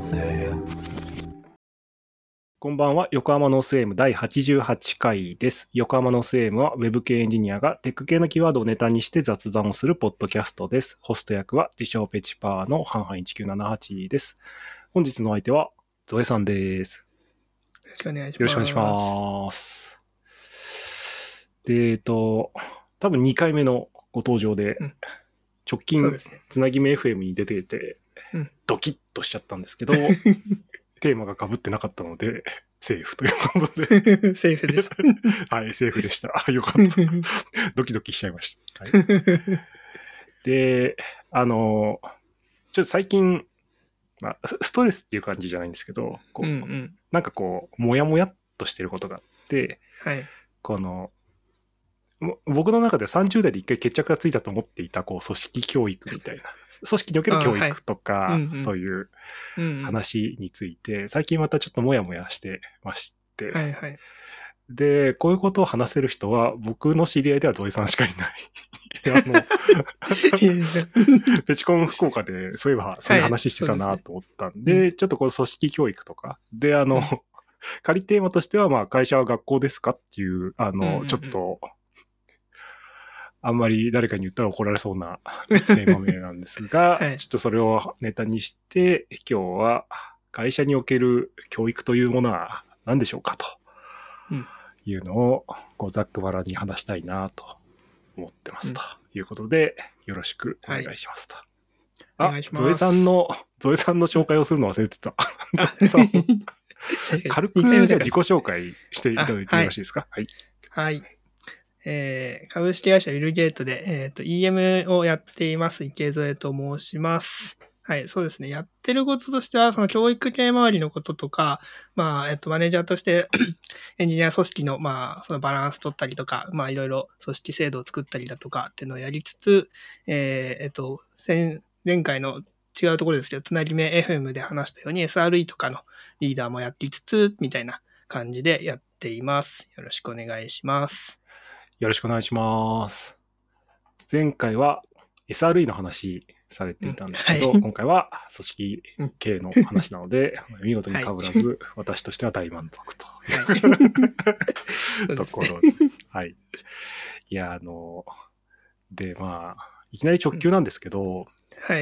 せ。 こんばんは。横浜ノース AM 第88回です。横浜ノース AM は Web 系エンジニアがテック系のキーワードをネタにして雑談をするポッドキャストです。ホスト役は自称ペチパーのハンハン1978です。本日の相手はゾエさんです。 よろしくお願いします。 よろしくお願いします。で、多分2回目のご登場で、直近つなぎ目 FM に出てて、ドキッとしちゃったんですけど、テーマが被ってなかったので、セーフということで。 セーフです。 はい、セーフでした。よかった。ドキドキしちゃいました。はい、で、ちょっと最近、ストレスっていう感じじゃないんですけど、なんかこう、もやもやっとしてることがあって、 はい、 僕の中では30代で一回決着がついたと思っていた、こう、組織教育みたいな、組織における教育とか、そういう話について、最近またちょっともやもやしてまして、 はいはい、 で、こういうことを話せる人は、僕の知り合いでは土井さんしかいない。ペチコン福岡で、そういえば、そういう話してたなと思ったんで、ちょっとこの組織教育とか、で、仮テーマとしては、まあ、会社は学校ですかっていう、ちょっと、あんまり誰かに言ったら怒られそうなテーマ名なんですが、はい、ちょっとそれをネタにして、今日は会社における教育というものは何でしょうかというのをこうざっくばらんに話したいなと思ってますということで、よろしくお願いしますと。はい、ゾエさんの紹介をするの忘れてた。軽くじゃあ自己紹介していただいてよろしいですか？はい。 はい。株式会社ウィルゲートで、EM をやっています、池添と申します。はい、そうですね。やってることとしては、その教育系周りのこととか、マネージャーとしてエンジニア組織の、そのバランス取ったりとか、いろいろ組織制度を作ったりだとかっていうのをやりつつ、前回の違うところですけど、つなぎ目 FM で話したように SRE とかのリーダーもやりつつ、みたいな感じでやっています。よろしくお願いします。 よろしくお願いします。前回は SRE の話されていたんですけど、今回は組織系の話なので、見事に被らず、私としては大満足というところです。はい。いや、で、いきなり直球なんですけど、 はい。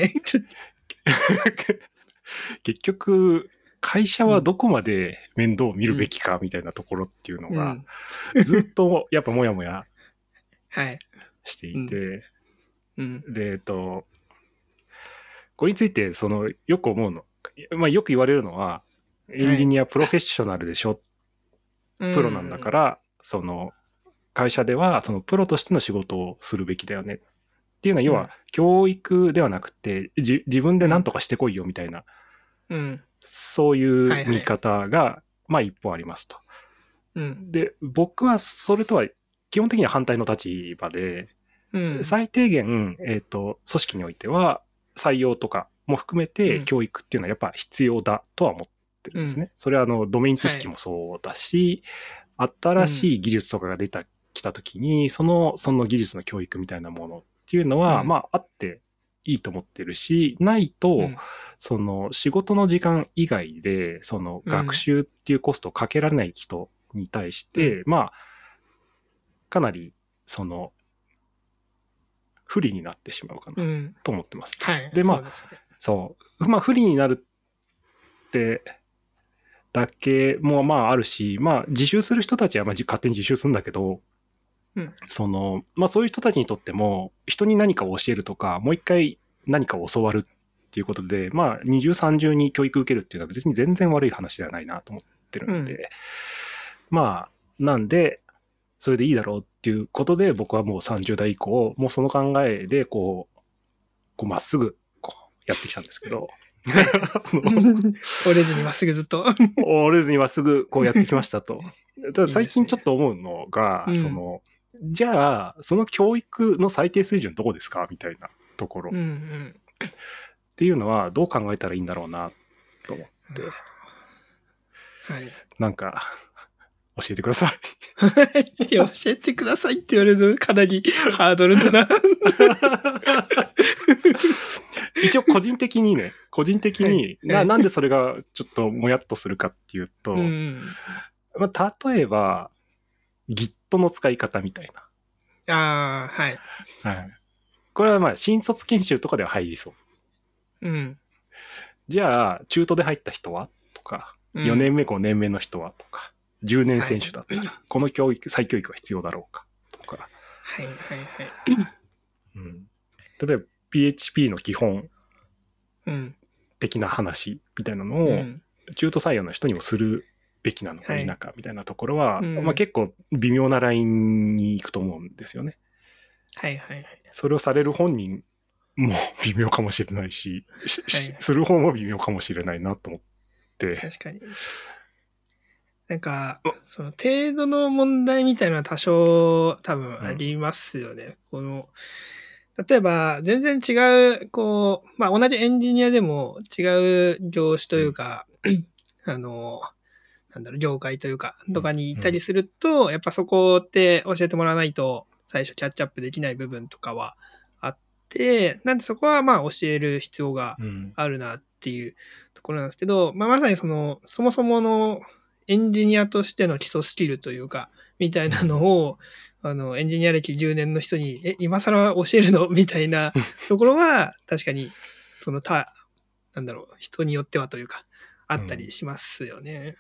結局、会社はどこまで面倒を見るべきかみたいなところっていうのが、ずっとやっぱもやもやしていて、で、これについて、よく思うの、よく言われるのは、エンジニアプロフェッショナルでしょ、プロなんだから、会社では、プロとしての仕事をするべきだよね。っていうのは、要は、教育ではなくて、自分で何とかしてこいよみたいな、そういう見方が、一方ありますと。で、僕はそれとは基本的には反対の立場で、最低限、組織においては採用とかも含めて教育っていうのはやっぱ必要だとは思ってるんですね。それはドメイン知識もそうだし、新しい技術とかがきたときに、その技術の教育みたいなものっていうのは、あっていいと思ってるし、ないと、仕事の時間以外で、学習っていうコストをかけられない人に対して、かなり、不利になってしまうかなと思ってます。で、不利になるってだけもあるし、自習する人たちは勝手に自習するんだけど、そういう人たちにとっても、人に何かを教えるとか、もう一回何かを教わるっていうことで、二重三重に教育を受けるっていうのは別に全然悪い話ではないなと思ってるんで、なんで、それでいいだろうっていうことで、僕はもう30代以降、もうその考えで、まっすぐ、やってきたんですけど。 折れずにまっすぐずっと。 折れずにまっすぐやってきましたと。ただ最近ちょっと思うのが、じゃあ、その教育の最低水準どこですかみたいなところ。っていうのは、どう考えたらいいんだろうな、と思って。なんか、教えてください。 いや、教えてくださいって言われるとかなりハードルだな。 一一応個人的にね、 はいなんでそれがちょっともやっとするかっていうと、まあ、例えば、Git の使い方みたいああ、はい。 な。はい。これはまあ、新卒研修とかでは入りそう。じゃあ、中途で入った人はとか、4年目、5年目の人はとか、10年選手だったら、この再教育は必要だろうかとか。 はいはいはい。 例えば、PHP の基本的な話みたいなのを、中途採用の人にもするべきなのか否かみたいなところは、まあ、結構微妙なラインに行くと思うんですよね。 はいはいはい。 それをされる本人も微妙かもしれないし、する方も微妙かもしれないなと思って。 確かに。なんか、その程度の問題みたいなのは多少多分ありますよね。例えば、全然違う、まあ、同じエンジニアでも違う業種というか、業界というか、とかにいたりすると、やっぱそこって教えてもらわないと、最初キャッチアップできない部分とかはあって、なんでそこはまあ教える必要があるなっていうところなんですけど、まあまさにそもそものエンジニアとしての基礎スキルというか、みたいなのを、エンジニア歴10年の人に、今更教えるのみたいなところは、確かに、人によってはというか、あったりしますよね。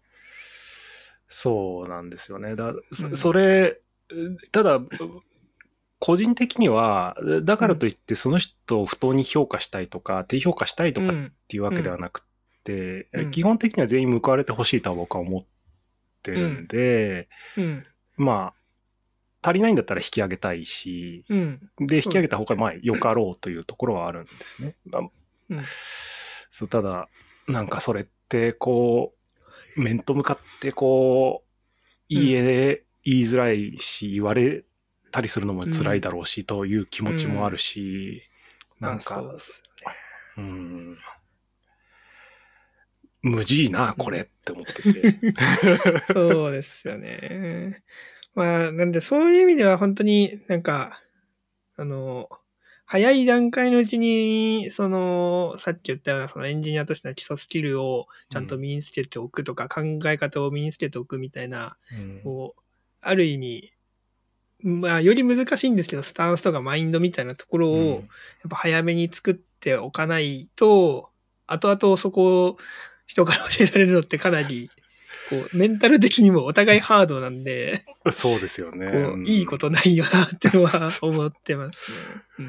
そうなんですよね。それ、ただ、個人的には、だからといってその人を不当に評価したいとか、低評価したいとかっていうわけではなくて、基本的には全員報われてほしいとは僕は思ってるんで、まあ、足りないんだったら引き上げたいし、で、引き上げた方がまあよかろうというところはあるんですね。そう、ただ、なんかそれって面と向かって言いづらいし、言われたりするのも辛いだろうし、という気持ちもあるし、なんか、無事な、これって思ってて。 そうですよね。まあ、なんでそういう意味では本当になんか、早い段階のうちに、さっき言ったようなそのエンジニアとしての基礎スキルをちゃんと身につけておくとか、考え方を身につけておくみたいな、ある意味、まあ、より難しいんですけど、スタンスとかマインドみたいなところを、やっぱ早めに作っておかないと、後々そこを人から教えられるのってかなり、メンタル的にもお互いハードなんで、 そうですよね。 いいことないよなってのは思ってますね。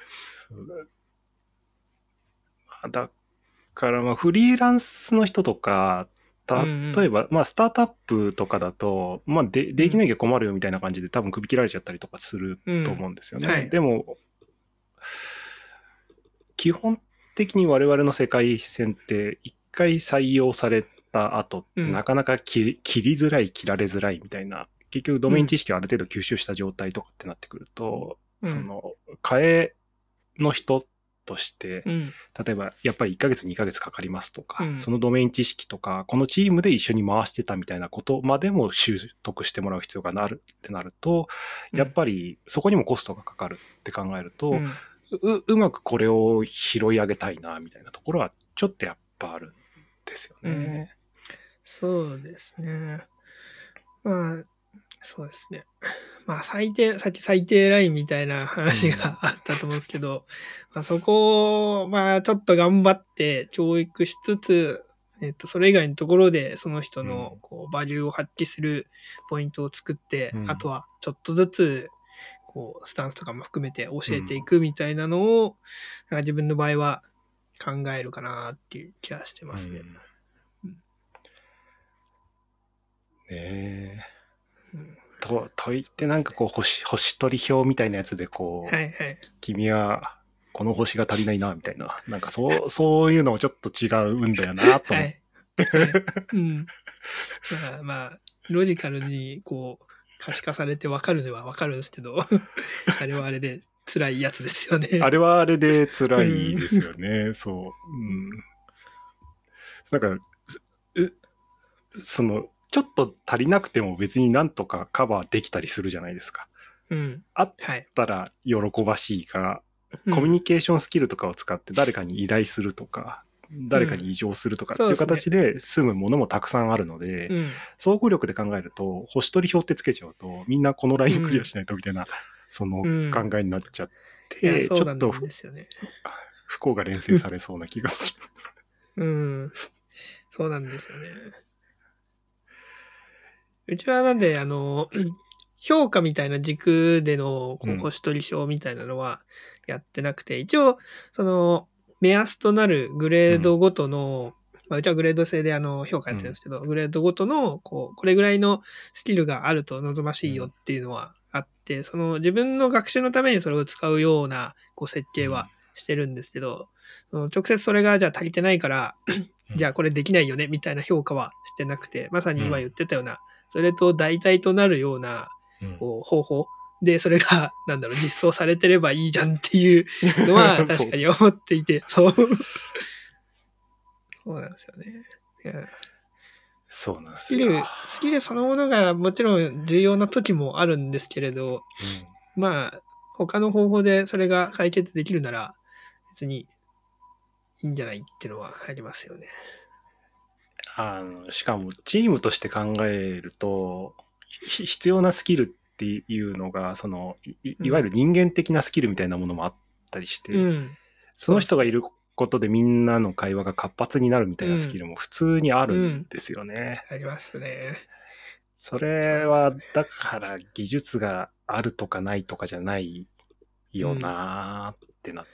だからまあフリーランスの人とか、例えば、まあスタートアップとかだと、まあできなきゃ困るよみたいな感じで多分首切られちゃったりとかすると思うんですよね。でも、基本的に我々の世界線って一回採用された後ってなかなか切りづらい、切られづらいみたいな、結局ドメイン知識をある程度吸収した状態とかってなってくると、替えの人として、例えばやっぱり1ヶ月2ヶ月かかりますとか、そのドメイン知識とか、このチームで一緒に回してたみたいなことまでも習得してもらう必要があるってなると、やっぱりそこにもコストがかかるって考えると、うまくこれを拾い上げたいな、みたいなところはちょっとやっぱあるんですよね。 そうですね。まあ、そうですね。まあ、さっき最低ラインみたいな話があったと思うんですけど、まあ、そこを、まあ、ちょっと頑張って教育しつつ、それ以外のところでその人のバリューを発揮するポイントを作って、あとはちょっとずつ、スタンスとかも含めて教えていくみたいなのを、なんか自分の場合は考えるかなっていう気がしてますね。 と言ってなんか星取り表みたいなやつで君はこの星が足りないなみたいな、なんかそういうのもちょっと違うんだよなと思って。 まあ、ロジカルに可視化されて分かるのは分かるんですけど、あれはあれで辛いやつですよね。 あれはあれで辛いですよね。そう。なんか、ちょっと足りなくても別になんとかカバーできたりするじゃないですか。あったら喜ばしいが、 コミュニケーションスキルとかを使って誰かに依頼するとか、誰かに異常するとかっていう形で済むものもたくさんあるので、総合力で考えると、星取り表ってつけちゃうと、みんなこのラインクリアしないとみたいな、その考えになっちゃって、ちょっと不幸が連成されそうな気がする。そうなんですよね。うちはなんで、評価みたいな軸での星取り表みたいなのはやってなくて、一応、その、目安となるグレードごとの、うちはグレード制で評価やってるんですけど、グレードごとの、これぐらいのスキルがあると望ましいよっていうのはあって、その自分の学習のためにそれを使うような設計はしてるんですけど、直接それがじゃあ足りてないから、じゃあこれできないよねみたいな評価はしてなくて、まさに今言ってたような、それと代替となるような方法で、それが実装されてればいいじゃんっていうのは確かに思っていて、そうなんですよね。 そうなんですよ。 スキルそのものがもちろん重要な時もあるんですけれど、まあ他の方法でそれが解決できるなら別にいいんじゃないっていうのはありますよね。 しかもチームとして考えると必要なスキルっていうのがその いわゆる人間的なスキルみたいなものもあったりして、その人がいることでみんなの会話が活発になるみたいなスキルも普通にあるんですよね。 ありますね。 それはだから技術があるとかないとかじゃないよなってなって、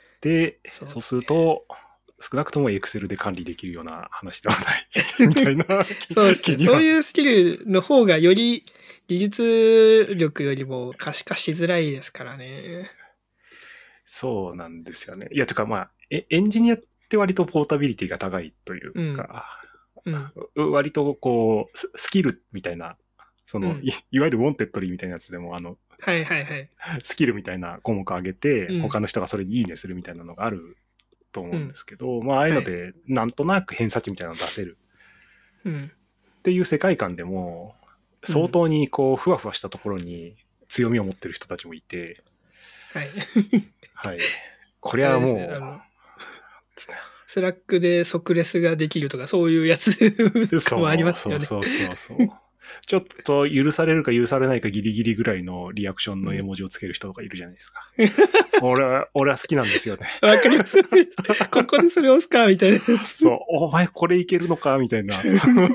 そうすると少なくとも Excel で管理できるような話ではないみたいなそうですね。そういうスキルの方がより技術力よりも可視化しづらいですからね。 そうなんですよね。いや、とかエンジニアって割とポータビリティが高いというか、割とスキルみたいな、その、いわゆるウォンテッドリーみたいなやつでも、スキルみたいな項目を上げて、他の人がそれにいいねするみたいなのがあると思うんですけど、ああいうので、なんとなく偏差値みたいなのを出せる。っていう世界観でも、相当にふわふわしたところに強みを持ってる人たちもいて、はい。これはもう、 スラックで即レスができるとか、そういうやつもありますよね。 そう。ちょっと許されるか許されないかギリギリぐらいのリアクションの絵文字をつける人とかいるじゃないですか。俺は好きなんですよね。 わかります。ここでそれ押すかみたいな。 そう。お前これいけるのかみたいな。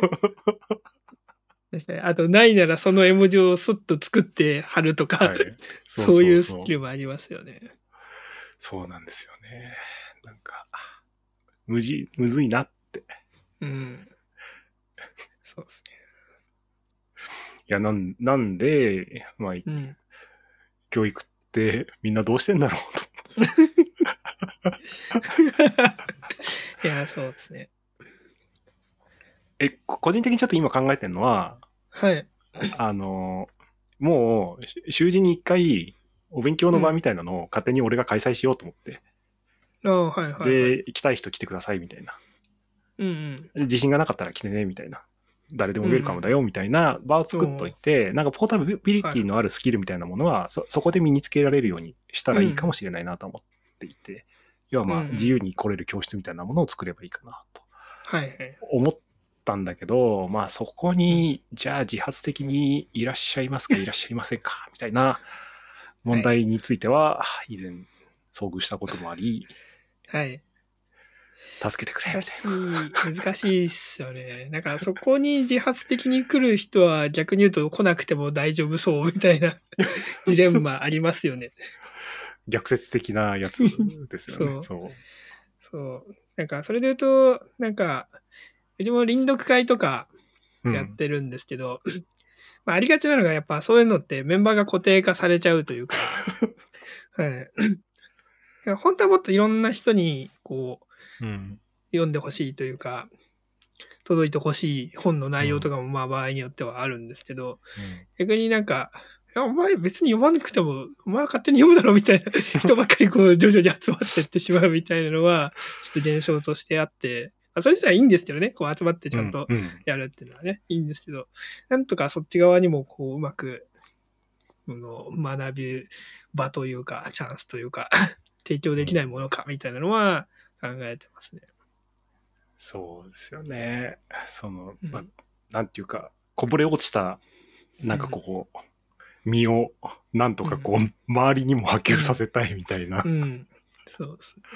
あと、ないならその絵文字をスッと作って貼るとか、そういうスキルもありますよね。 そうなんですよね。なんか、むずいなって。 そうですね。 いや、なんで、教育ってみんなどうしてんだろうと。いや、そうですね。 個人的にちょっと今考えてるのは、もう、習字に一回、お勉強の場みたいなのを勝手に俺が開催しようと思って。で、来たい人来てくださいみたいな。自信がなかったら来てねみたいな。誰でもウェルカムだよみたいな場を作っといて、なんかポータビリティのあるスキルみたいなものは、そこで身につけられるようにしたらいいかもしれないなと思っていて、要は自由に来れる教室みたいなものを作ればいいかなと思ったんだけど、そこに、じゃあ自発的にいらっしゃいますかいらっしゃいませんかみたいな問題については、以前遭遇したこともあり、助けてくれみたいな。難しいっすよね。なんかそこに自発的に来る人は逆に言うと来なくても大丈夫そうみたいなジレンマありますよね。 逆説的なやつですよね。そう。 なんかそれで言うと、なんか、うちも臨読会とかやってるんですけど、ありがちなのがやっぱそういうのってメンバーが固定化されちゃうというか、本当はもっといろんな人に読んでほしいというか、届いてほしい本の内容とかも場合によってはあるんですけど、逆になんか、お前別に読まなくても、お前は勝手に読むだろみたいな人ばっかり徐々に集まっていってしまうみたいなのは、ちょっと現象としてあって、それ自体はいいんですけどね、集まってちゃんとやるっていうのはね、いいんですけど、なんとかそっち側にもうまく、学ぶ場というか、チャンスというか、っ提供できないものかみたいなのは考えてますね。 そうですよね。まあ、なんていうか、こぼれ落ちた、なんかこう、身をなんとかこう、周りにも波及させたいみたいな。 そうですね。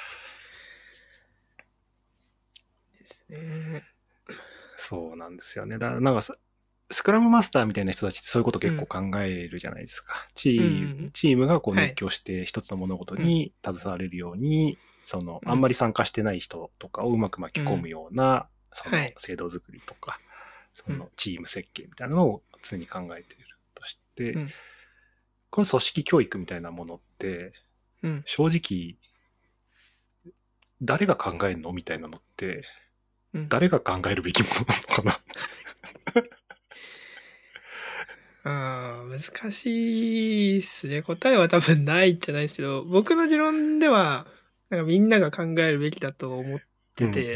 ですね。 そうなんですよね。だからなんかスクラムマスターみたいな人たちってそういうこと結構考えるじゃないですか。チームがこう熱狂して一つの物事に携われるように、あんまり参加してない人とかをうまく巻き込むような、制度作りとか、チーム設計みたいなのを常に考えているとして、この組織教育みたいなものって、正直、誰が考えるのみたいなのって、誰が考えるべきものなのかな。難しいですね。答えは多分ないじゃないですけど、僕の持論では、なんかみんなが考えるべきだと思ってて、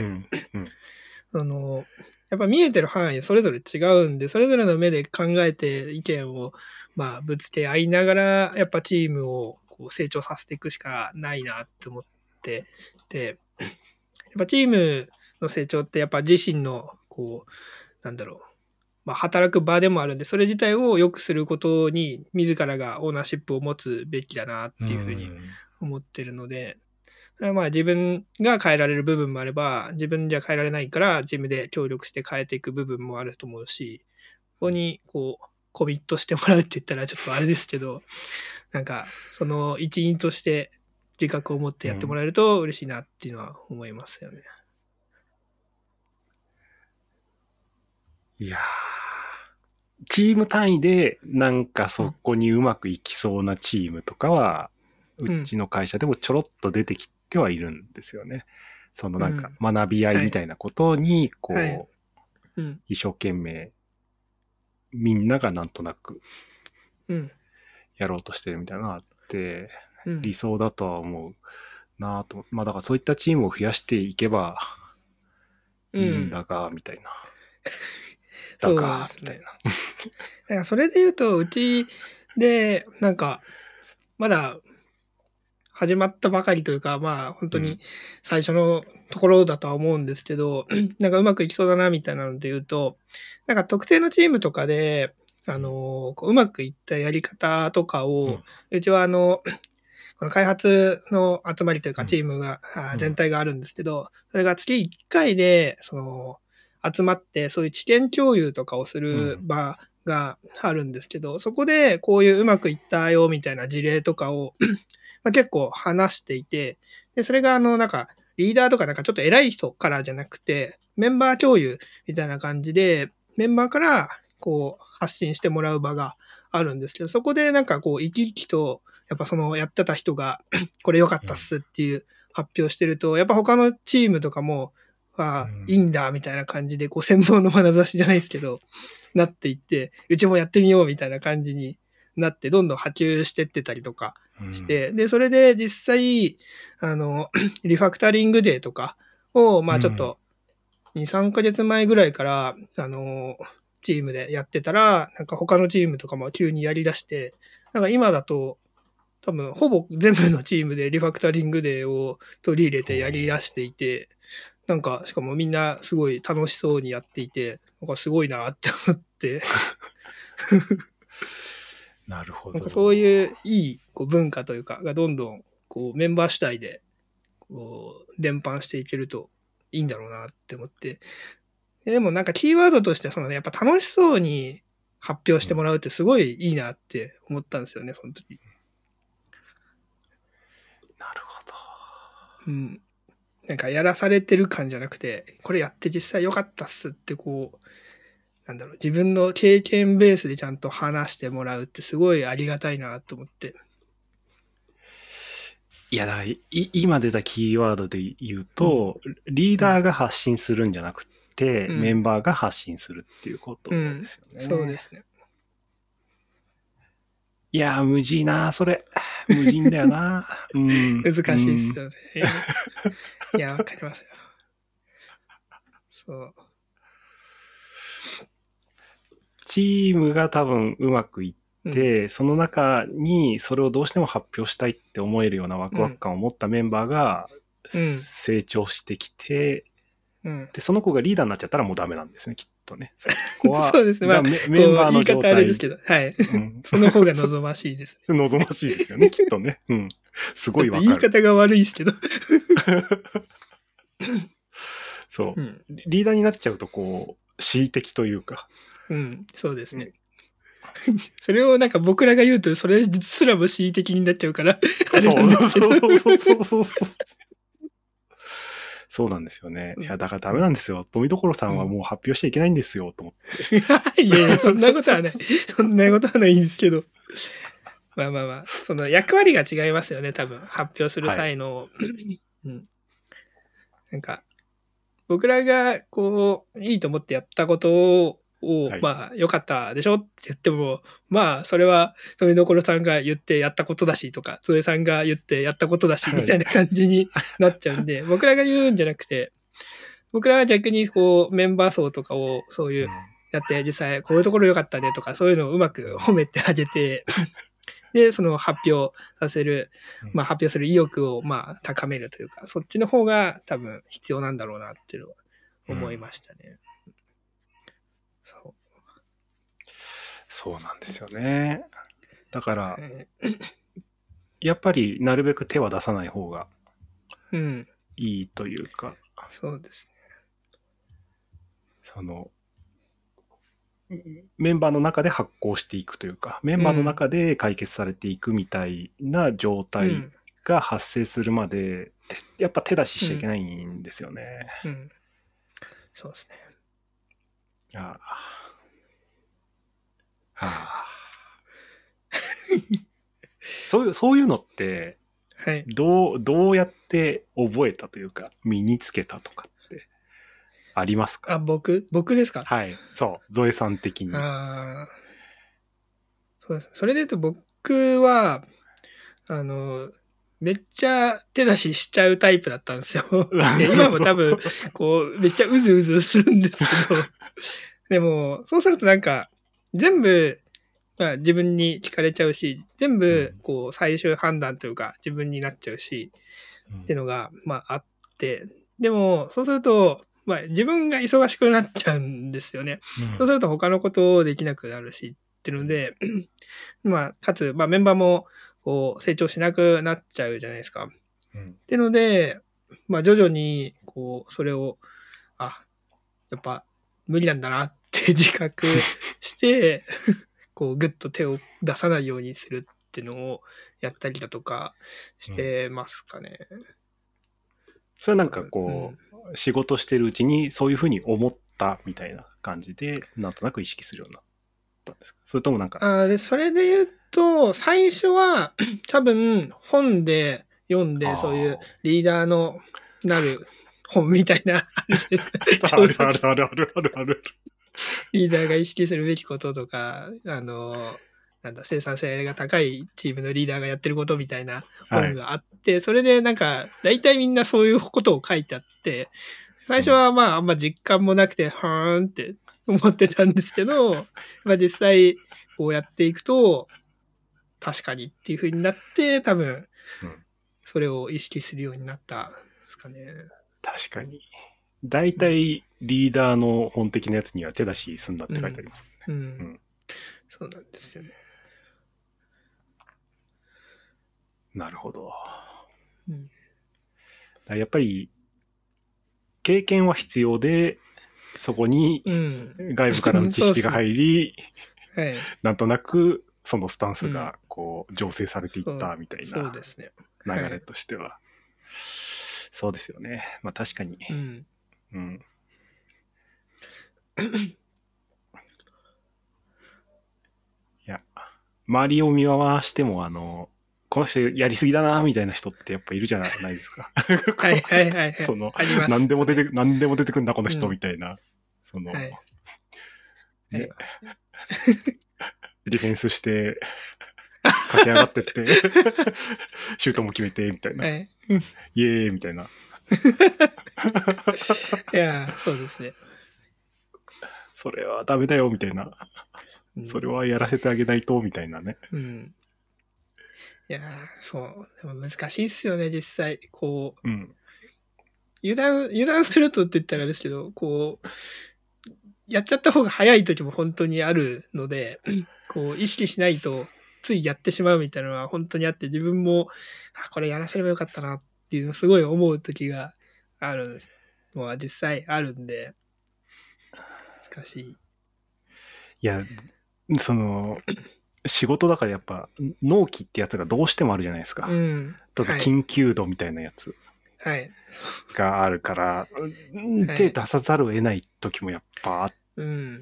やっぱ見えてる範囲それぞれ違うんで、それぞれの目で考えて意見をぶつけ合いながら、やっぱチームをこう成長させていくしかないなって思ってて、やっぱチームの成長ってやっぱ自身のこう、なんだろう、働く場でもあるんで、それ自体を良くすることに自らがオーナーシップを持つべきだなっていうふうに思ってるので、それは自分が変えられる部分もあれば、自分じゃ変えられないからチームで協力して変えていく部分もあると思うし、ここにこうコミットしてもらうって言ったらちょっとあれですけど、なんかその一員として自覚を持ってやってもらえると嬉しいなっていうのは思いますよね。 いやー、チーム単位でなんかそこにうまくいきそうなチームとかは、うちの会社でもちょろっと出てきてはいるんですよね。なんか学び合いみたいなことに、こう、一生懸命みんながなんとなくやろうとしてるみたいなのがあって、理想だとは思うなぁと。だからそういったチームを増やしていけばいいんだが、みたいな。だが、みたいな。 だからそれで言うと、うちで、なんか、まだ始まったばかりというか、本当に最初のところだとは思うんですけど、なんかうまくいきそうだなみたいなので言うと、なんか特定のチームとかで、うまくいったやり方とかを、うちはこの開発の集まりというかチームが、全体があるんですけど、それが月1回で、集まって、そういう知見共有とかをする場があるんですけど、そこでこういううまくいったよみたいな事例とかを結構話していて、で、それがなんか、リーダーとかなんかちょっと偉い人からじゃなくて、メンバー共有みたいな感じで、メンバーからこう発信してもらう場があるんですけど、そこでなんかこう生き生きと、やっぱやってた人がこれ良かったっすっていう発表してると、やっぱ他のチームとかも、いいんだみたいな感じで、こう羨望の眼差しじゃないですけど、なっていって、うちもやってみようみたいな感じになって、どんどん波及してってたりとかして、で、それで実際、リファクタリングデーとかを、ちょっと、2、3ヶ月前ぐらいから、チームでやってたら、なんか他のチームとかも急にやり出して、なんか今だと、多分、ほぼ全部のチームでリファクタリングデーを取り入れてやり出していて、なんか、しかもみんなすごい楽しそうにやっていて、なんかすごいなって思って。 なるほど。 なんかそういういいこう文化というか、がどんどんこうメンバー主体でこう伝播していけるといいんだろうなって思って。でもなんかキーワードとしてやっぱ楽しそうに発表してもらうってすごいいいなって思ったんですよね、その時。 なるほど。 うん。なんかやらされてる感じゃなくて、これやって実際良かったっすってこう、なんだろう、自分の経験ベースでちゃんと話してもらうってすごいありがたいなと思って。 いや、だから今出たキーワードで言うと、リーダーが発信するんじゃなくて、メンバーが発信するっていうことですよね。 そうですね。 いや、無事な、それ。無人だよな。 難しいっすよね。いや、わかりますよ。そう。 チームが多分うまくいって、その中にそれをどうしても発表したいって思えるようなワクワク感を持ったメンバーが成長してきて、で、その子がリーダーになっちゃったらもうダメなんですね、きっとね。そこはそうですね。まあ、 メンバーの状態。 言い方あれですけど、はい。その方が望ましいですね。 望ましいですよね、きっとね。すごいわかる。 言い方が悪いですけど。 そう、リーダーになっちゃうと、こう、恣意的というか。 そうですね。それをなんか僕らが言うと、それすらも恣意的になっちゃうから、あれなんですけど。 そうなんですよね。いや、だからダメなんですよ。富所さんはもう発表しちゃいけないんですよ、と思って。いや、そんなことはない。そんなことはないんですけど。まあ、その役割が違いますよね、多分。発表する際の。なんか、僕らがこう、いいと思ってやったことを、まあ、良かったでしょって言っても、まあ、それは、富所さんが言ってやったことだしとか、ゾエさんが言ってやったことだし、みたいな感じになっちゃうんで、僕らが言うんじゃなくて、僕らは逆にこう、メンバー層とかを、そういう、やって、実際、こういうところ良かったねとか、そういうのをうまく褒めてあげて、で、その発表させる、まあ発表する意欲をまあ高めるというか、そっちの方が多分必要なんだろうなっていうのは思いましたね。 そうなんですよね。だから、やっぱりなるべく手は出さない方がいいというか、 そうですね。 その、メンバーの中で発行していくというか、メンバーの中で解決されていくみたいな状態が発生するまで、やっぱ手出ししちゃいけないんですよね。 そうですね。 そういうのって、どうやって覚えたというか、身につけたとかってありますか？ 僕ですか？ はい。そう。ゾエさん的に。 そうです。それで言うと僕は、めっちゃ手出ししちゃうタイプだったんですよ。で今も多分、こう、めっちゃうずうずするんですけど、でも、そうするとなんか、全部、まあ自分に聞かれちゃうし、全部、こう、最終判断というか、自分になっちゃうし、っていうのが、まああって、でも、そうすると、まあ自分が忙しくなっちゃうんですよね。そうすると他のことをできなくなるし、っていうので、まあ、かつ、まあメンバーも、こう、成長しなくなっちゃうじゃないですか。っていうので、まあ徐々に、こう、それを、やっぱ無理なんだなって自覚して、こう、ぐっと手を出さないようにするっていうのをやったりだとかしてますかね。 それはなんかこう、仕事してるうちにそういうふうに思ったみたいな感じで、なんとなく意識するようになったんですか？それともなんか。 で、それで言うと、最初は多分本で読んで、そういうリーダーのなる本みたいな、あるじゃないですか。 ある。 リーダーが意識するべきこととか、生産性が高いチームのリーダーがやってることみたいな本があって、それでなんか、大体みんなそういうことを書いてあって、最初はまああんま実感もなくて、はーんって思ってたんですけど、まあ実際こうやっていくと、確かにっていう風になって、多分、それを意識するようになったんですかね。 確かに。大体リーダーの本的なやつには手出しすんだって書いてありますもんね。 そうなんですよね。 なるほど。やっぱり経験は必要で、そこに外部からの知識が入り、なんとなくそのスタンスがこう醸成されていったみたいな流れとしては。そうですよね。まあ確かに。いや、周りを見回してもこの人やりすぎだなみたいな人ってやっぱいるじゃないですか。その何でも出てくんだこの人みたいな、その、ね、ディフェンスして駆け上がってってシュートも決めてみたいな、イエーイみたいな。 いやそうですね。 それはダメだよみたいな。 それはやらせてあげないと、みたいなね。 うん。いやー、そう。でも難しいっすよね、実際。こう、 うん。 油断するとって言ったらあれですけど、こう、やっちゃった方が早い時も本当にあるので、こう、意識しないと、ついやってしまうみたいなのは本当にあって、自分も、これやらせればよかったなっていうのをすごい思う時があるのは実際あるんで、難しい。 いや、その、仕事だからやっぱ、納期ってやつがどうしてもあるじゃないですか。 うん。 とか、緊急度みたいなやつはい。 があるから、 はい手出さざるを得ない時もやっぱあっうん。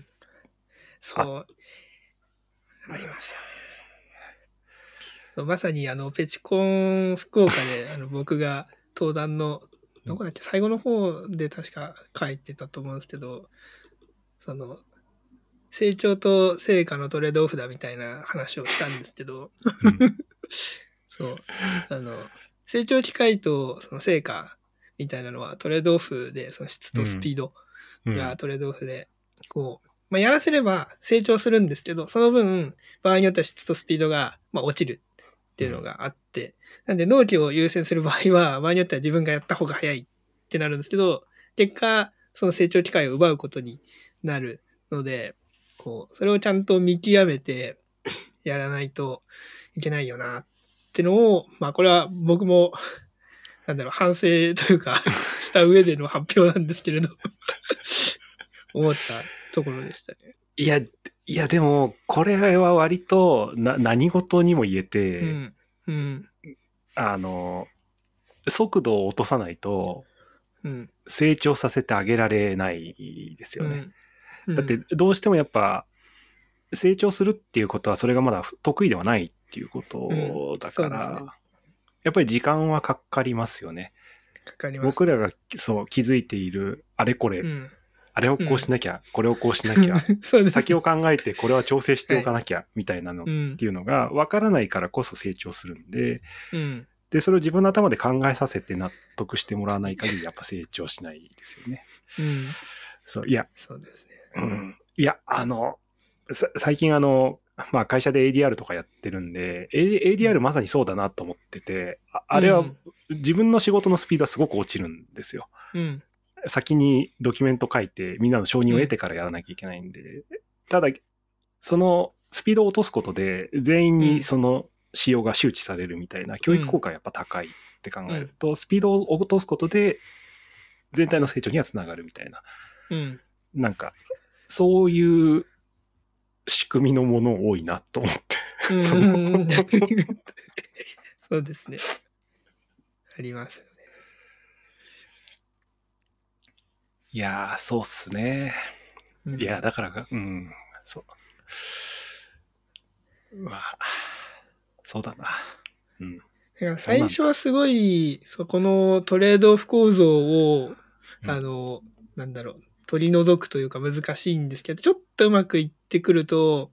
そう。ありますよね。そうまさにペチコン福岡で僕が登壇の、どこだっけ、最後の方で確か書いてたと思うんですけど、その、成長と成果のトレードオフだみたいな話をしたんですけど、 うん、 そう、成長機会とその成果みたいなのはトレードオフで、その質とスピードがトレードオフで、こう、まあ、やらせれば成長するんですけど、その分、場合によっては質とスピードが、まあ、落ちるっていうのがあって、なんで納期を優先する場合は、場合によっては自分がやった方が早いってなるんですけど、結果、その成長機会を奪うことになるので、こう、それをちゃんと見極めてやらないといけないよなってのを、まあこれは僕も、なんだろう、反省というかした上での発表なんですけれど思ったところでしたね。 いやでも、これは割と何事にも言えて、 うん。うん。 速度を落とさないと、成長させてあげられないですよね。だって、どうしてもやっぱ、成長するっていうことは、それがまだ得意ではないっていうことだから、ね、やっぱり時間はかかりますよね。 かかります。 僕らがそう気づいているあれこれ、あれをこうしなきゃ、これをこうしなきゃ、先を考えてこれは調整しておかなきゃ、みたいなのっていうのが分からないからこそ成長するんで、で、それを自分の頭で考えさせて納得してもらわない限り、やっぱ成長しないですよね。そう、いや、 そうですね。 いや、最近まあ会社で ADR とかやってるんで、ADR まさにそうだなと思ってて、あれは自分の仕事のスピードはすごく落ちるんですよ。先にドキュメント書いてみんなの承認を得てからやらなきゃいけないんで、ただ、そのスピードを落とすことで全員にその仕様が周知されるみたいな教育効果がやっぱ高いって考えると、スピードを落とすことで全体の成長にはつながるみたいな。なんか、そういう仕組みのもの多いなと思って。 そうですね。ありますよね。 いやー、そうっすね。いや、だから、そう。まあ、そうだな。 だから最初はすごい、そこのトレードオフ構造を、なんだろう、取り除くというか難しいんですけど、ちょっとうまくいってくると、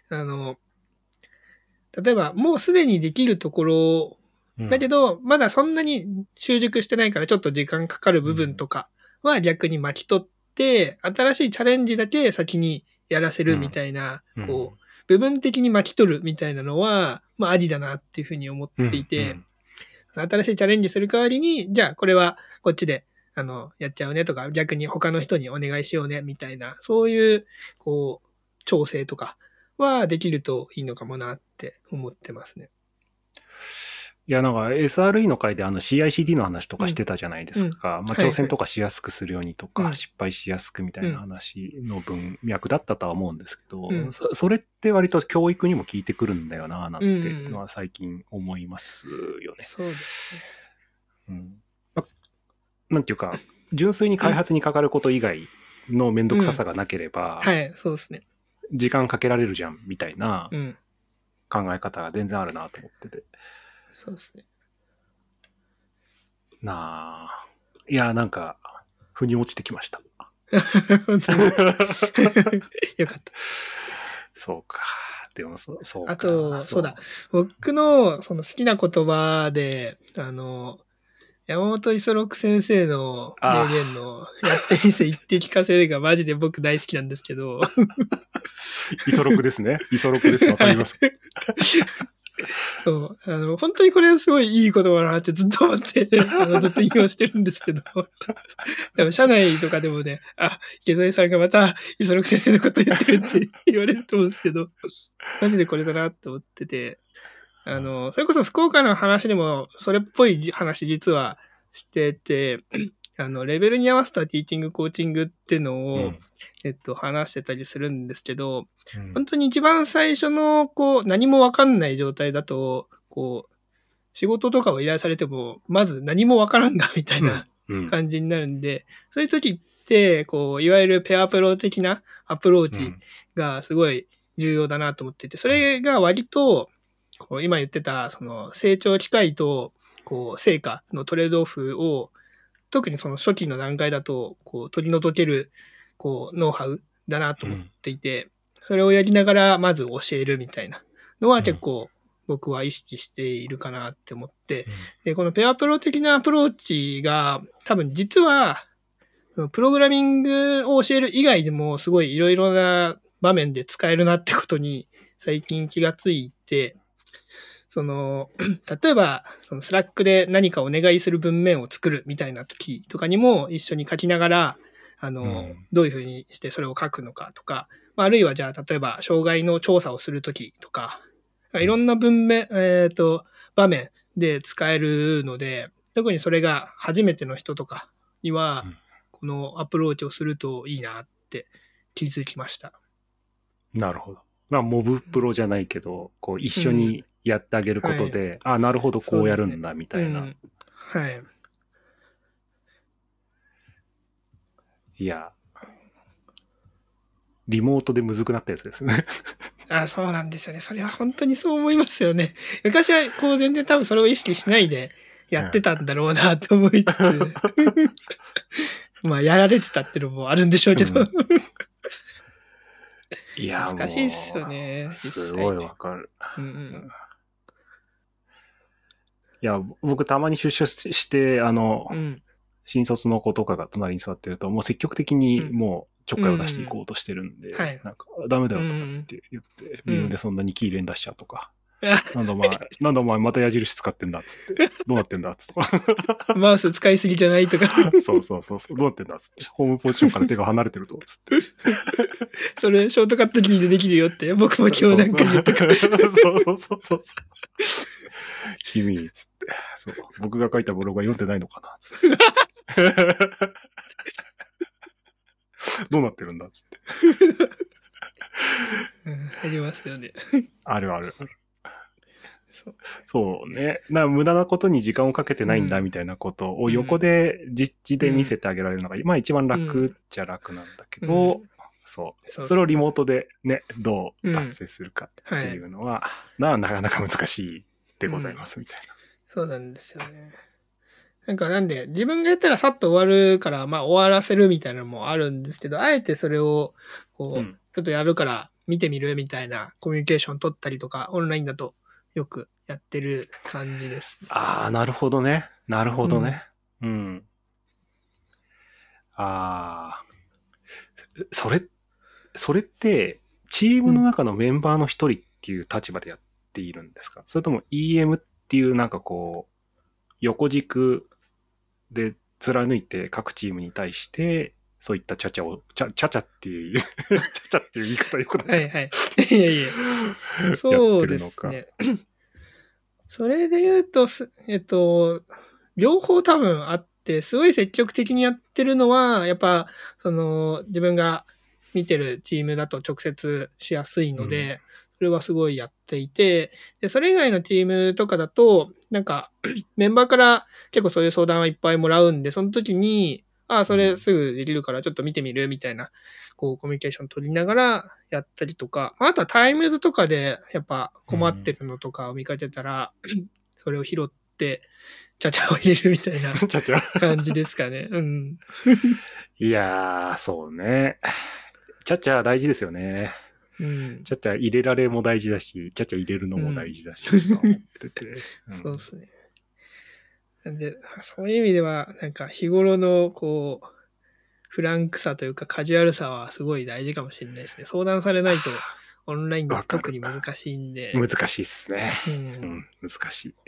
例えばもうすでにできるところ、だけど、まだそんなに習熟してないからちょっと時間かかる部分とかは逆に巻き取って、新しいチャレンジだけ先にやらせるみたいな、こう、部分的に巻き取るみたいなのは、まあありだなっていうふうに思っていて、新しいチャレンジする代わりに、じゃあこれはこっちで、やっちゃうねとか、逆に他の人にお願いしようねみたいな、そういう、こう、調整とかはできるといいのかもなって思ってますね。 いや、なんか SRE の回でCICD の話とかしてたじゃないですか。まあ、挑戦とかしやすくするようにとか、失敗しやすくみたいな話の文脈だったとは思うんですけど、それって割と教育にも効いてくるんだよな、なんてのは最近思いますよね。 そうですね。 なんていうか、純粋に開発にかかること以外のめんどくささがなければ、 はい、そうですね。 時間かけられるじゃん、みたいな考え方が全然あるなと思ってて。 そうですね。 なあ。いや、なんか、腑に落ちてきました。 本当によかった。 そうか。でもそうか。あと、そうだ。僕のその好きな言葉で、 山本五十六先生のあ名言のやってみせ言って聞かせがマジで僕大好きなんですけど。 イソロクですね。イソロクです。わかります。 そう。本当にこれすごいいい言葉だなってずっと思って、ずっと引用してるんですけど。でも社内とかでもね、池添さんがまた、五十六先生のこと言ってるって言われると思うんですけど、マジでこれだなって思ってて、それこそ福岡の話でも、それっぽい話実はしてて、レベルに合わせたティーチング、コーチングっていうのを、話してたりするんですけど、本当に一番最初の、何もわかんない状態だと、仕事とかを依頼されても、まず何もわからんだみたいな感じになるんで、そういう時って、いわゆるペアプロ的なアプローチがすごい重要だなと思ってて、それが割と、今言ってた、その成長機会と、成果のトレードオフを、特にその初期の段階だと、取り除ける、ノウハウだなと思っていて、それをやりながらまず教えるみたいなのは結構僕は意識しているかなって思って、で、このペアプロ的なアプローチが多分実は、プログラミングを教える以外でもすごいいろいろな場面で使えるなってことに最近気がついて、例えば、スラックで何かお願いする文面を作るみたいな時とかにも一緒に書きながら、どういうふうにしてそれを書くのかとか、あるいはじゃあ、例えば、障害の調査をする時とか、いろんな場面で使えるので、特にそれが初めての人とかには、このアプローチをするといいなって気づきました。 なるほど。モブプロじゃないけど、一緒にやってあげることで、なるほど、こうやるんだ、みたいな。 はい。 いや、リモートでむずくなったやつですね。 そうなんですよね。それは本当にそう思いますよね。昔は全然多分それを意識しないでやってたんだろうなと思いつつ、やられてたっていうのもあるんでしょうけど。 いや、 難しいっすよね。 すごいわかる。いや、僕たまに出社して、新卒の子とかが隣に座ってると、もう積極的にもうちょっかいを出していこうとしてるんで、なんか、ダメだよとかって言って、ビームでそんなにキー連打しちゃうとか、なんだお前また矢印使ってんだっつって、どうなってんだっつって。 マウス使いすぎじゃないとか。 そう、どうなってんだっつって、ホームポジションから手が離れてると、つって。 それ、ショートカットキーでできるよって、僕も今日なんか言ったから。そう。 君、つって。そう。僕が書いたブログは読んでないのかなつって。どうなってるんだつって。 ありますよね。 ある。そうね。無駄なことに時間をかけてないんだみたいなことを横で実地で見せてあげられるのが、一番楽っちゃ楽なんだけど、それをリモートでね、どう達成するかっていうのは、なかなか難しいでございますみたいな。 そうなんですよね。なんで、自分がやったらさっと終わるから、終わらせるみたいなのもあるんですけど、あえてそれを、ちょっとやるから見てみるみたいなコミュニケーション取ったりとか、オンラインだとよくやってる感じです。 なるほどね。それって、チームの中のメンバーの一人っていう立場でやっているんですか？それとも EM っていう横軸で貫いて各チームに対して、そういったチャチャっていう、チャチャっていう言い方よくない。 はい。いや。そうですね。それで言うと、両方多分あって、すごい積極的にやってるのは、やっぱ、自分が見てるチームだと直接しやすいので、それはすごいやっていて、で、それ以外のチームとかだと、メンバーから結構そういう相談はいっぱいもらうんで、その時に、それすぐできるからちょっと見てみるみたいな、コミュニケーション取りながらやったりとか、あとはタイムズとかでやっぱ困ってるのとかを見かけたら、それを拾って、チャチャを入れるみたいな感じですかね。 いやー、そうね。チャチャ大事ですよね。チャチャ入れられも大事だし、チャチャ入れるのも大事だし、と思ってて。 そうですね。 なんで、そういう意味では、なんか日頃の、こう、フランクさというかカジュアルさはすごい大事かもしれないですね。相談されないとオンラインだと特に難しいんで。 難しいっすね。難しい。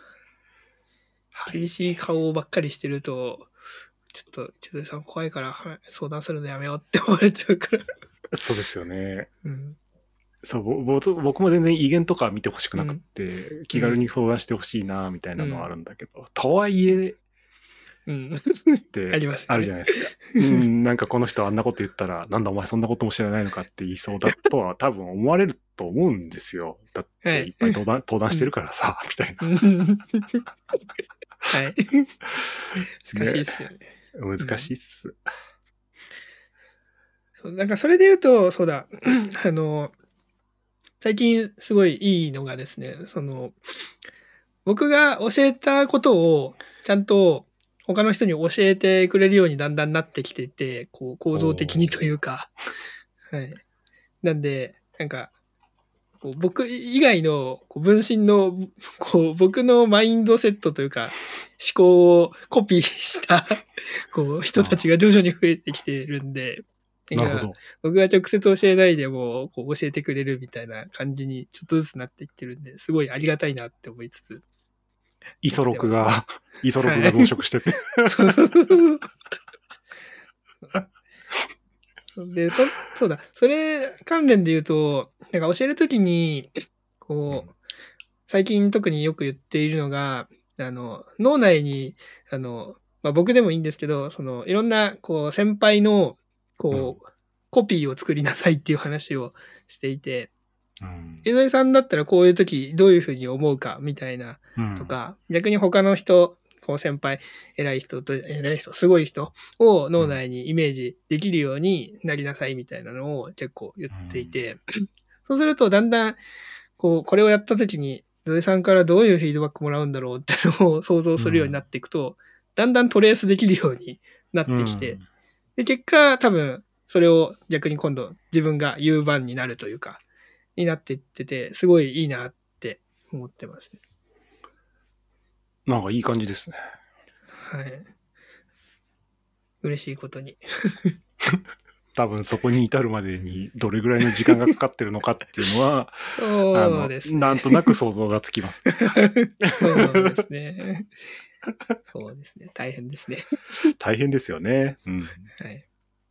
厳しい顔ばっかりしてると、ちょっと、千歳さん怖いから相談するのやめようって思われちゃうから。 そうですよね。そう、僕も全然威厳とか見てほしくなくて、気軽に相談してほしいな、みたいなのはあるんだけど、とはいえ、ってあるじゃないですか。なんかこの人あんなこと言ったら、なんだお前そんなことも知らないのかって言いそうだとは多分思われると思うんですよ。だっていっぱい登談してるからさ、みたいな。 はい。難しいっすよね。 難しいっす。 なんかそれで言うと、そうだ、最近すごいいいのがですね、僕が教えたことをちゃんと他の人に教えてくれるようにだんだんなってきてて、こう構造的にというか、はい。なんで、なんか、僕以外の分身の僕のマインドセットというか思考をコピーした人たちが徐々に増えてきてるんで、 なるほど。 僕が直接教えないでも教えてくれるみたいな感じにちょっとずつなっていってるんで、すごいありがたいなって思いつつ。 イソロクが増殖してて。 で、そうだ。それ関連で言うと、なんか教えるときに、最近特によく言っているのが、脳内に、僕でもいいんですけど、いろんな、先輩の、コピーを作りなさいっていう話をしていて、千歳さんだったらこういうときどういうふうに思うかみたいなとか、逆に他の人、先輩、偉い人、すごい人を脳内にイメージできるようになりなさいみたいなのを結構言っていて、そうするとだんだん、これをやったときに、土井さんからどういうフィードバックもらうんだろうってのを想像するようになっていくと、だんだんトレースできるようになってきて、で、結果多分それを逆に今度自分が言う番になるというか、になっていってて、すごいいいなって思ってますね。 なんかいい感じですね。 はい。嬉しいことに。 多分そこに至るまでにどれぐらいの時間がかかってるのかっていうのは、 そうですね。 なんとなく想像がつきます。 そうですね。そうですね。大変ですね。 大変ですよね。 はい。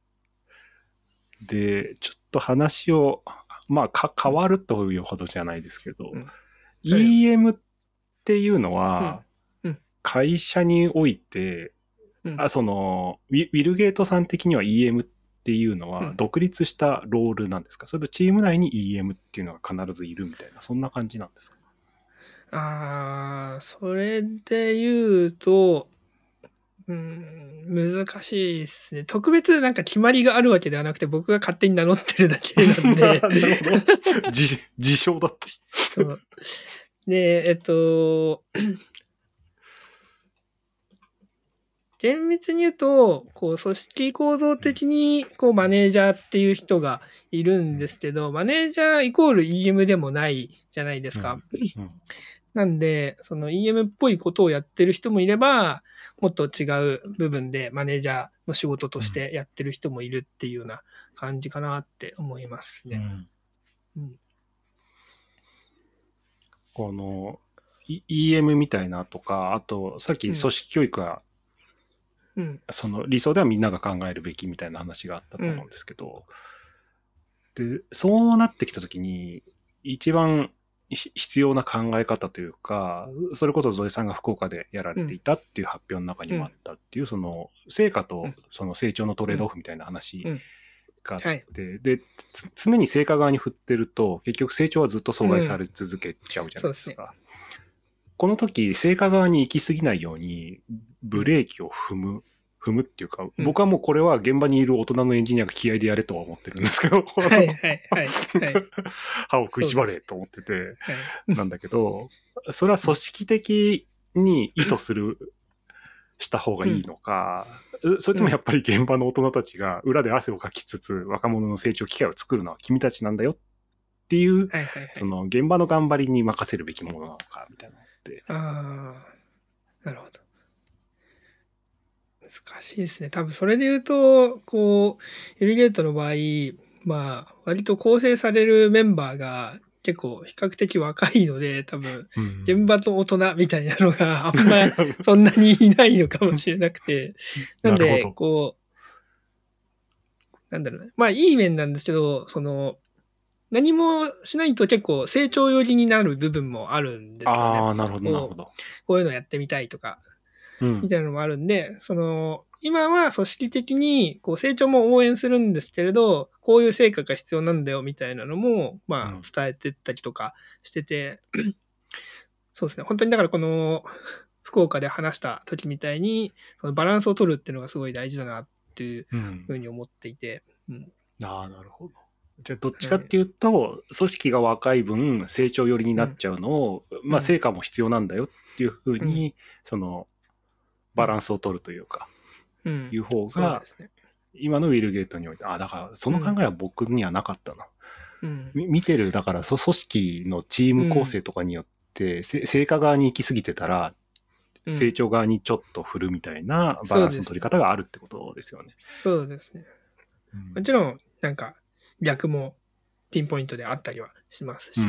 で、ちょっと話を、変わるというほどじゃないですけど、EM っていうのは、会社において、ウィルゲートさん的には EM っていうのは独立したロールなんですか？それとチーム内に EM っていうのが必ずいるみたいな、そんな感じなんですか？ それで言うと、難しいですね。特別なんか決まりがあるわけではなくて、僕が勝手に名乗ってるだけなんで。なるほど。自称だった。 そう。で、厳密に言うと、組織構造的に、マネージャーっていう人がいるんですけど、マネージャーイコール EM でもないじゃないですか。なんで、その EM っぽいことをやってる人もいれば、もっと違う部分でマネージャーの仕事としてやってる人もいるっていうような感じかなって思いますね。 この EM みたいなとか、あとさっき組織教育は、その理想ではみんなが考えるべきみたいな話があったと思うんですけど、でそうなってきたときに一番必要な考え方というか、それこそゾエさんが福岡でやられていたっていう発表の中にもあったっていう、その成果とその成長のトレードオフみたいな話があって、で、常に成果側に振ってると、結局成長はずっと阻害され続けちゃうじゃないですか。この時、成果側に行き過ぎないように、ブレーキを踏むっていうか、僕はもうこれは現場にいる大人のエンジニアが気合でやれとは思ってるんですけど、歯を食いしばれと思ってて、なんだけど、それは組織的に意図した方がいいのか、それともやっぱり現場の大人たちが裏で汗をかきつつ若者の成長機会を作るのは君たちなんだよっていう、その現場の頑張りに任せるべきものなのかみたいなのって。 なるほど。 難しいですね。多分それで言うと、こう、エルゲートの場合、まあ、割と構成されるメンバーが結構比較的若いので、多分、現場と大人みたいなのがあんまそんなにいないのかもしれなくて。なんで、こう、なんだろうな。まあ、いい面なんですけど、何もしないと結構成長寄りになる部分もあるんですよね。 ああ、なるほど、なるほど。 こういうのやってみたいとか、みたいなのもあるんで、今は組織的にこう成長も応援するんですけれど、こういう成果が必要なんだよみたいなのも、まあ、伝えてったりとかしてて、そうですね。本当にだからこの、福岡で話した時みたいに、そのバランスを取るっていうのがすごい大事だなっていうふうに思っていて。 ああ、なるほど。じゃあどっちかっていうと、組織が若い分成長寄りになっちゃうのを、まあ成果も必要なんだよっていうふうに、そのバランスを取るというか、いう方が、今のウィルゲートにおいて、だからその考えは僕にはなかったな。見てる、だから組織のチーム構成とかによって、成果側に行き過ぎてたら、成長側にちょっと振るみたいなバランスの取り方があるってことですよね。 そうですね。もちろん、なんか、逆もピンポイントであったりはしますし。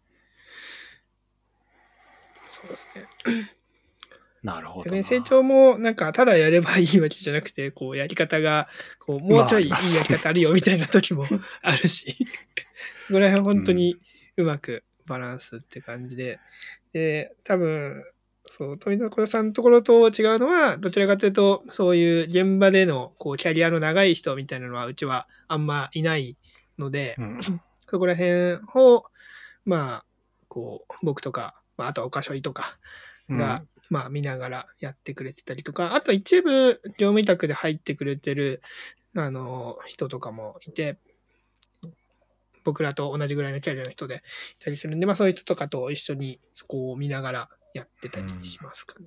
そうですね。 なるほど。 逆に成長も、なんか、ただやればいいわけじゃなくて、こう、やり方が、こう、もうちょいいいやり方あるよみたいな時もあるし、これは本当にうまくバランスって感じで、で、多分、そう、富所さんのところと違うのは、どちらかというと、そういう現場での、こう、キャリアの長い人みたいなのは、うちはあんまいないので、そこら辺を、まあ、こう、僕とか、まあ、あとは岡所井とかが、まあ、見ながらやってくれてたりとか、あと一部、業務委託で入ってくれてる、人とかもいて、僕らと同じぐらいのキャリアの人でいたりするんで、まあそういう人とかと一緒にそこを見ながらやってたりしますかね。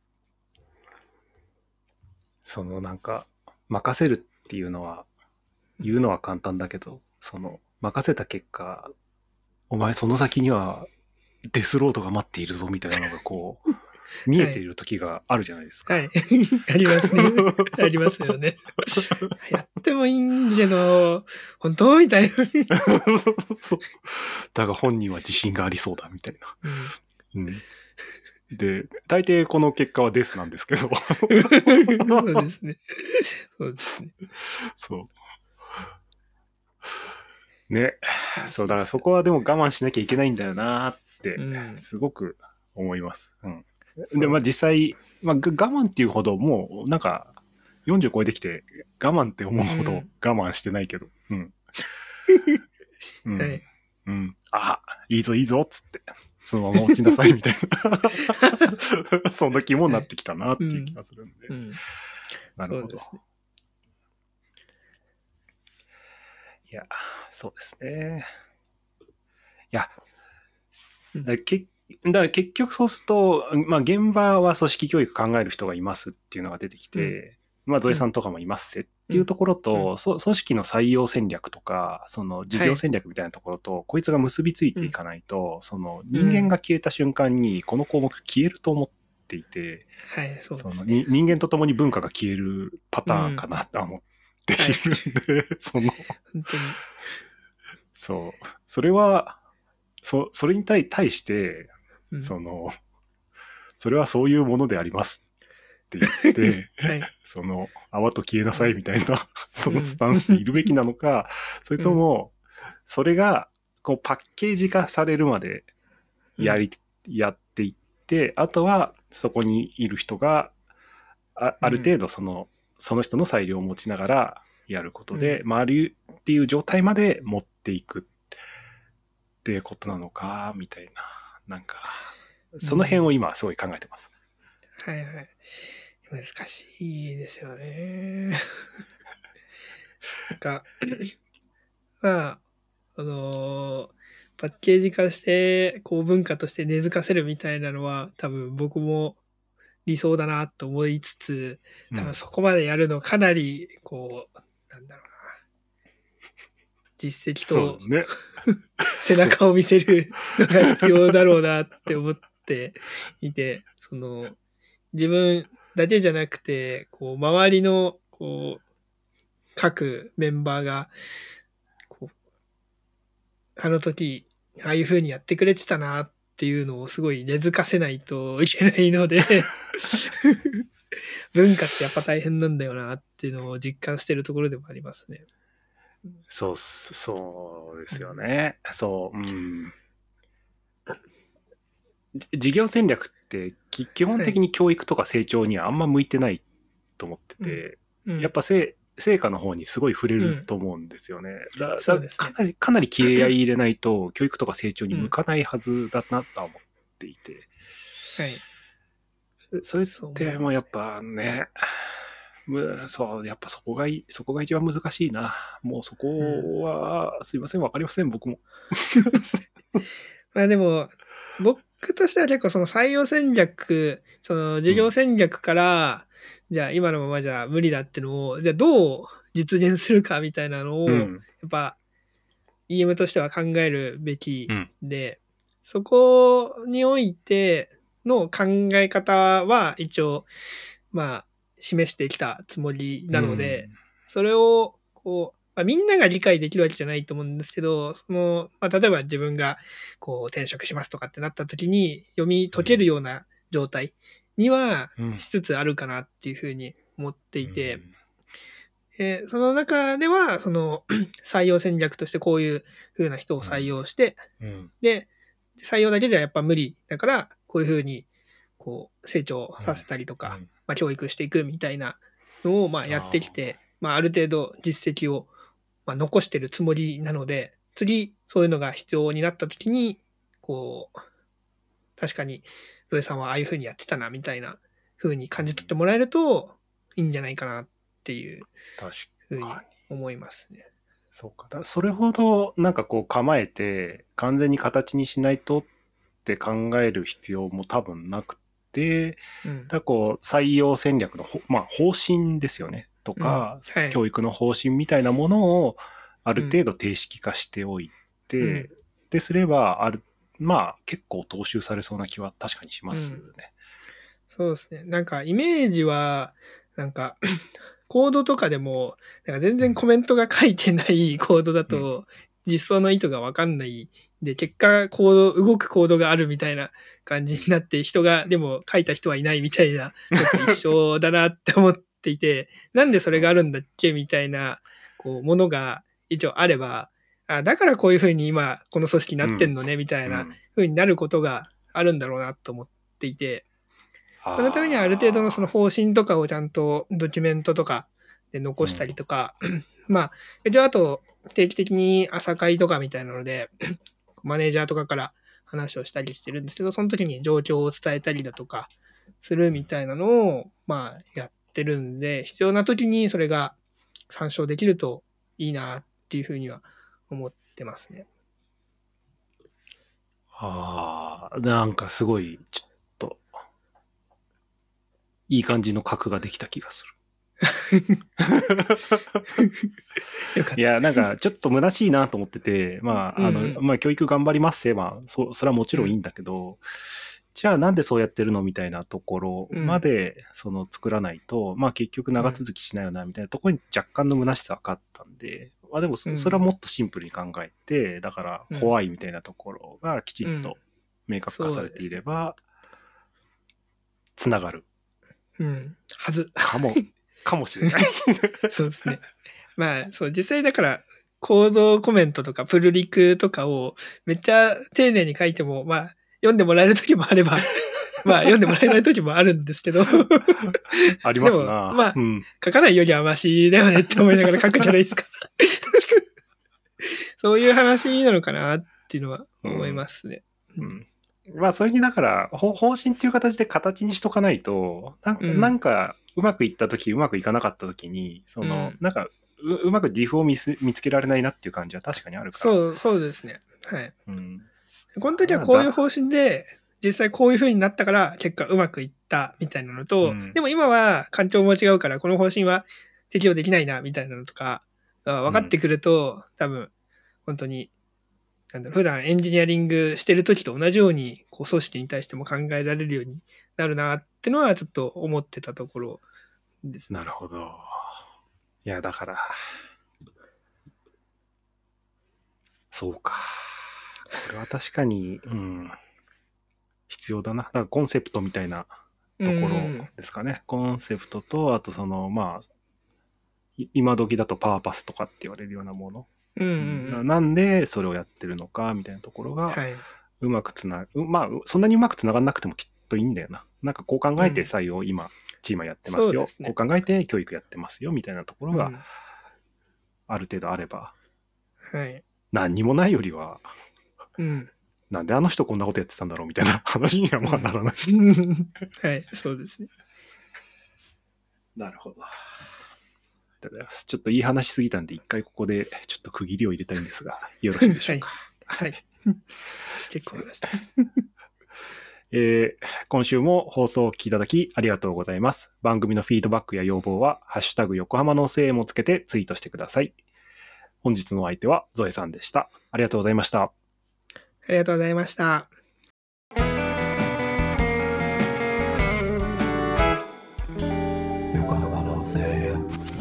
なんか、任せるっていうのは、言うのは簡単だけど、任せた結果、お前その先にはデスロードが待っているぞみたいなのがこう、見えている時があるじゃないですか。 はい。ありますね。ありますよね。やってもいいんけど、本当みたいな。 だが本人は自信がありそうだみたいな。で、大抵この結果はデスなんですけど。 そうですね。そうですね。 そう。ね。そう、だからそこはでも我慢しなきゃいけないんだよなって、すごく思います。で、まあ実際、まあ我慢っていうほどもうなんか40超えてきて我慢って思うほど我慢してないけど。はい。いいぞいいぞっつって、そのまま落ちなさいみたいな。そんな気もなってきたなっていう気がするんで。なるほど。いや、そうですね。いや、だから結局そうすると、まあ現場は組織教育考える人がいますっていうのが出てきて、まあゾエさんとかもいますせっていうところと、組織の採用戦略とか、その事業戦略みたいなところと、こいつが結びついていかないと、その人間が消えた瞬間にこの項目消えると思っていて、その人間とともに文化が消えるパターンかなと思っているんで、そう、それは、それに対して、それはそういうものでありますって言って、泡と消えなさいみたいな、そのスタンスでいるべきなのか、それとも、それが、こう、パッケージ化されるまでやっていって、あとは、そこにいる人が、ある程度その人の裁量を持ちながらやることで、回るっていう状態まで持っていくっていうことなのか、みたいな。なんか、その辺を今すごい考えてます。 はいはい。難しいですよね。なんか、まあ、パッケージ化して、こう文化として根付かせるみたいなのは、多分僕も理想だなと思いつつ、多分そこまでやるのかなり、こう、なんだろうな。実績と、背中を見せるのが必要だろうなって思っていて、自分だけじゃなくて、こう、周りの、こう、各メンバーが、こう、あの時、ああいう風にやってくれてたなっていうのをすごい根付かせないといけないので、文化ってやっぱ大変なんだよなっていうのを実感してるところでもありますね。 そうですよね。そう、うん。事業戦略って基本的に教育とか成長にはあんま向いてないと思ってて、やっぱ成果の方にすごい触れると思うんですよね。 そうですね。 かなり気合い入れないと教育とか成長に向かないはずだなとは思っていて。 はい。 それってもうやっぱね、そう、やっぱそこが一番難しいな。もうそこは、すいません、わかりません、僕も。 まあでも、僕としては結構その採用戦略、その事業戦略から、じゃあ今のままじゃ無理だってのを、じゃあどう実現するかみたいなのを、やっぱ EM としては考えるべきで、そこにおいての考え方は一応、まあ、示してきたつもりなので、それを、こう、まあ、みんなが理解できるわけじゃないと思うんですけど、その、まあ、例えば自分が、こう、転職しますとかってなった時に、読み解けるような状態にはしつつあるかなっていうふうに思っていて、その中では、その、採用戦略としてこういう風な人を採用して、で、採用だけじゃやっぱ無理だから、こういう風に、こう、成長させたりとか、まあ、教育していくみたいなのを、まあ、やってきて、まあ、ある程度実績を、まあ、残してるつもりなので、次、そういうのが必要になった時に、こう、確かに、土井さんはああいう風にやってたな、みたいな風に感じ取ってもらえるといいんじゃないかなっていうふうに思いますね。 そうか。それほどなんかこう構えて完全に形にしないとって考える必要も多分なくて、だこう採用戦略のまあ方針ですよねとか、教育の方針みたいなものをある程度定式化しておいて、ですればまあ結構踏襲されそうな気は確かにしますね。 そうですね。なんかイメージはなんかコードとかでもなんか全然コメントが書いてないコードだと実装の意図がわかんないで、結果動くコードがあるみたいな感じになって人がでも書いた人はいないみたいなのと一緒だなって思っていて、なんでそれがあるんだっけみたいなこうものが一応あれば、だからこういうふうに今この組織になってんのねみたいなふうになることがあるんだろうなと思っていて、そのためにはある程度のその方針とかをちゃんとドキュメントとかで残したりとか、まあ、一応あと定期的に朝会とかみたいなので、マネージャーとかから話をしたりしてるんですけど、その時に状況を伝えたりだとかするみたいなのを、まあ、やってるんで、必要な時にそれが参照できるといいなっていうふうには思ってますね。 なんかすごい、ちょっと、いい感じの格ができた気がする。いや、なんか、ちょっと虚しいなと思ってて、まあ、まあ、教育頑張りますせば、それはもちろんいいんだけど、じゃあなんでそうやってるのみたいなところまで、作らないと、まあ結局長続きしないよな、みたいなところに若干の虚しさがあったんで、まあでもそれはもっとシンプルに考えて、だから、ホワイみたいなところがきちっと明確化されていれば、つながる。 はず。 かもしれない。 そうですね。まあ、そう、実際だから、コードコメントとかプルリクとかをめっちゃ丁寧に書いても、まあ、読んでもらえる時もあれば、まあ、読んでもらえない時もあるんですけど。 ありますな。 でも、まあ、書かないよりはマシだよねって思いながら書くじゃないですか。そういう話なのかなっていうのは思いますね。 まあ、それにだから、方針っていう形で形にしとかないと、なんか、うまくいったとき、うまくいかなかったときに、なんかうまくディフを見つけられないなっていう感じは確かにあるから。 そうですね。はい。この時はこういう方針で、実際こういう風になったから結果うまくいったみたいなのと、でも今は環境も違うからこの方針は適用できないなみたいなのとか、分かってくると、多分、本当に、普段エンジニアリングしてる時と同じように、こう組織に対しても考えられるようになるなっってのはちょっと思ってたところですね。 なるほど。いや、だから、そうか。これは確かに、必要だな。だからコンセプトみたいなところですかね。コンセプトと、あとまあ、今時だとパーパスとかって言われるようなもの。なんでそれをやってるのかみたいなところが、うまくまあ、そんなにうまくつながんなくてもきっといいんだよな。なんかこう考えて採用今、チームやってますよ。こう考えて教育やってますよみたいなところがある程度あれば、何にもないよりは、なんであの人こんなことやってたんだろうみたいな話にはまあならない。 はい、そうですね。 なるほど。ちょっといい話しすぎたんで、一回ここでちょっと区切りを入れたいんですが、よろしいでしょうか。 はい。結構話した。 今週も放送をお聞きいただきありがとうございます。番組のフィードバックや要望は、ハッシュタグ横浜のせいもつけてツイートしてください。本日のお相手はゾエさんでした。ありがとうございました。 ありがとうございました。 横浜のせい